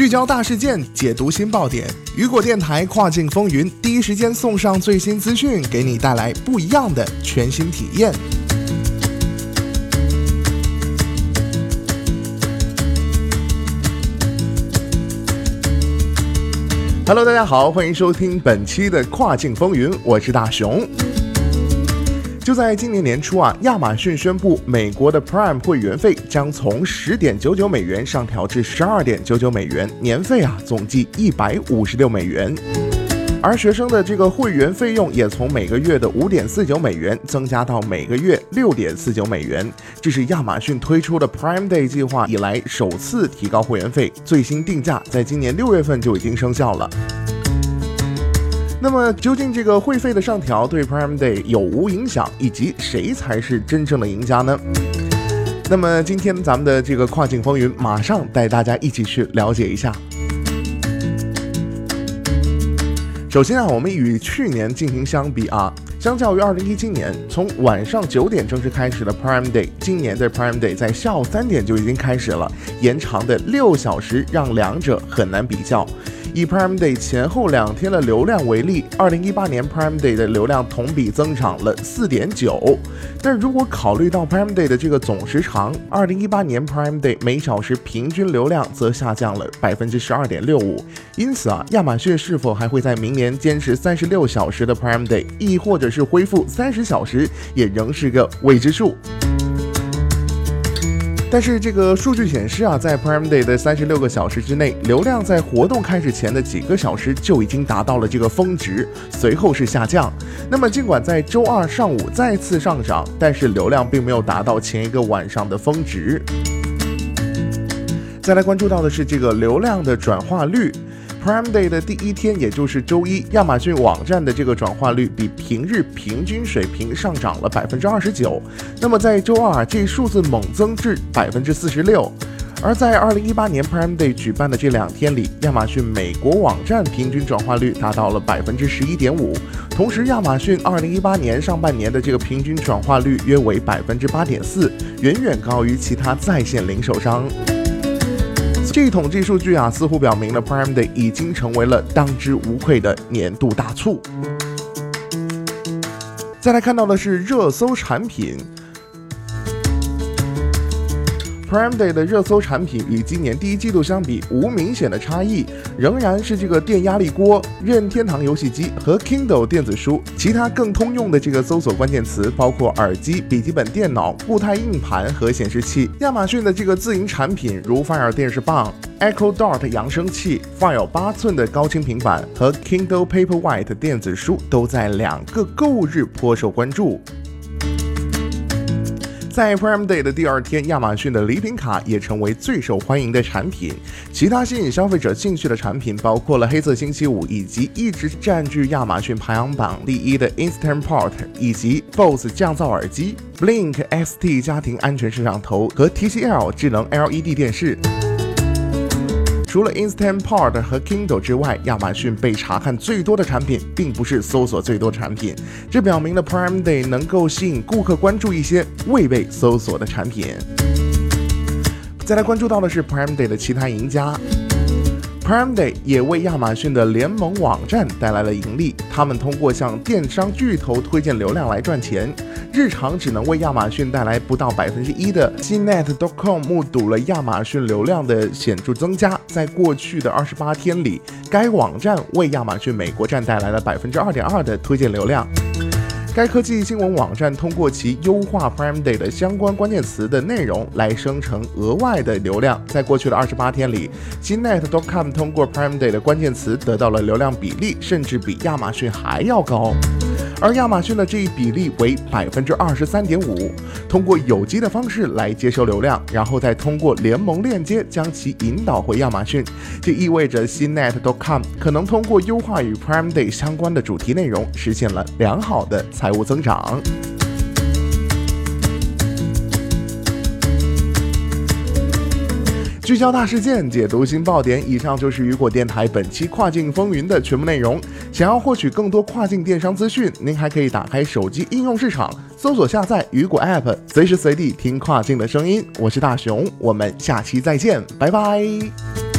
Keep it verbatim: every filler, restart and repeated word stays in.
聚焦大事件，解读新爆点。雨果电台跨境风云，第一时间送上最新资讯，给你带来不一样的全新体验。Hello， 大家好，欢迎收听本期的跨境风云，我是大熊。就在今年年初啊，亚马逊宣布美国的 Prime 会员费将从 十点九九美元上调至 十二点九九美元，年费啊总计一百五十六美元。而学生的这个会员费用也从每个月的 五点四九美元增加到每个月 六点四九美元，这是亚马逊推出的 Prime Day 计划以来首次提高会员费，最新定价在今年六月份就已经生效了。那么究竟这个会费的上调对 Prime Day 有无影响，以及谁才是真正的赢家呢？那么今天咱们的这个跨境风云马上带大家一起去了解一下。首先啊，我们与去年进行相比啊，相较于二零一七年从晚上九点正式开始的 Prime Day， 今年的 Prime Day 在下午三点就已经开始了，延长的六小时让两者很难比较。以 Prime Day 前后两天的流量为例，二零一八年 Prime Day 的流量同比增长了 四点九， 但如果考虑到 Prime Day 的这个总时长，二零一八年 Prime Day 每小时平均流量则下降了 百分之十二点六五。 因此啊，亚马逊是否还会在明年坚持三十六小时的 Prime Day， 亦或者是恢复三十小时，也仍是个未知数。但是这个数据显示啊，在 Prime Day 的三十六个小时之内，流量在活动开始前的几个小时就已经达到了这个峰值，随后是下降。那么尽管在周二上午再次上涨，但是流量并没有达到前一个晚上的峰值。再来关注到的是这个流量的转化率。Prime Day 的第一天，也就是周一，亚马逊网站的这个转化率比平日平均水平上涨了 百分之二十九。那么在周二，这数字猛增至 百分之四十六。而在二零一八年 Prime Day 举办的这两天里，亚马逊美国网站平均转化率达到了 百分之十一点五。同时，亚马逊二零一八年上半年的这个平均转化率约为 百分之八点四， 远远高于其他在线零售商。这一统计数据啊，似乎表明了 Prime Day 已经成为了当之无愧的年度大促。再来看到的是热搜产品。Prime Day 的热搜产品与今年第一季度相比无明显的差异，仍然是这个电压力锅、任天堂游戏机和 Kindle 电子书。其他更通用的这个搜索关键词包括耳机、笔记本电脑、固态硬盘和显示器。亚马逊的这个自营产品如 Fire 电视棒、Echo Dot 扬声器、Fire 八寸的高清平板和 Kindle Paperwhite 电子书都在两个购物日颇受关注。在 Prime Day 的第二天，亚马逊的礼品卡也成为最受欢迎的产品。其他吸引消费者兴趣的产品包括了黑色星期五，以及一直占据亚马逊排行榜第一的 Instant Pot， 以及 B O S S 降噪耳机、Blink X T 家庭安全摄像头和 T C L 智能 L E D 电视。除了 Instant Pot 和 Kindle 之外，亚马逊被查看最多的产品并不是搜索最多的产品，这表明了 Prime Day 能够吸引顾客关注一些未被搜索的产品。再来关注到的是 Prime Day 的其他赢家。Prime Day 也为亚马逊的联盟网站带来了盈利，他们通过向电商巨头推荐流量来赚钱。日常只能为亚马逊带来不到 百分之一 的 C net 点 com 目睹了亚马逊流量的显著增加。在过去的二十八天里，该网站为亚马逊美国站带来了 百分之二点二 的推荐流量。该科技新闻网站通过其优化 Prime Day 的相关关键词的内容来生成额外的流量。在过去的二十八天里 ，C net 点 com 通过 Prime Day 的关键词得到了流量比例，甚至比亚马逊还要高。而亚马逊的这一比例为 百分之二十三点五， 通过有机的方式来接收流量，然后再通过联盟链接将其引导回亚马逊。这意味着 C net 点 com 可能通过优化与 Prime Day 相关的主题内容，实现了良好的财务增长。聚焦大事件，解读新爆点。以上就是雨果电台本期跨境风云的全部内容。想要获取更多跨境电商资讯，您还可以打开手机应用市场，搜索下载雨果 App， 随时随地听跨境的声音。我是大熊，我们下期再见，拜拜。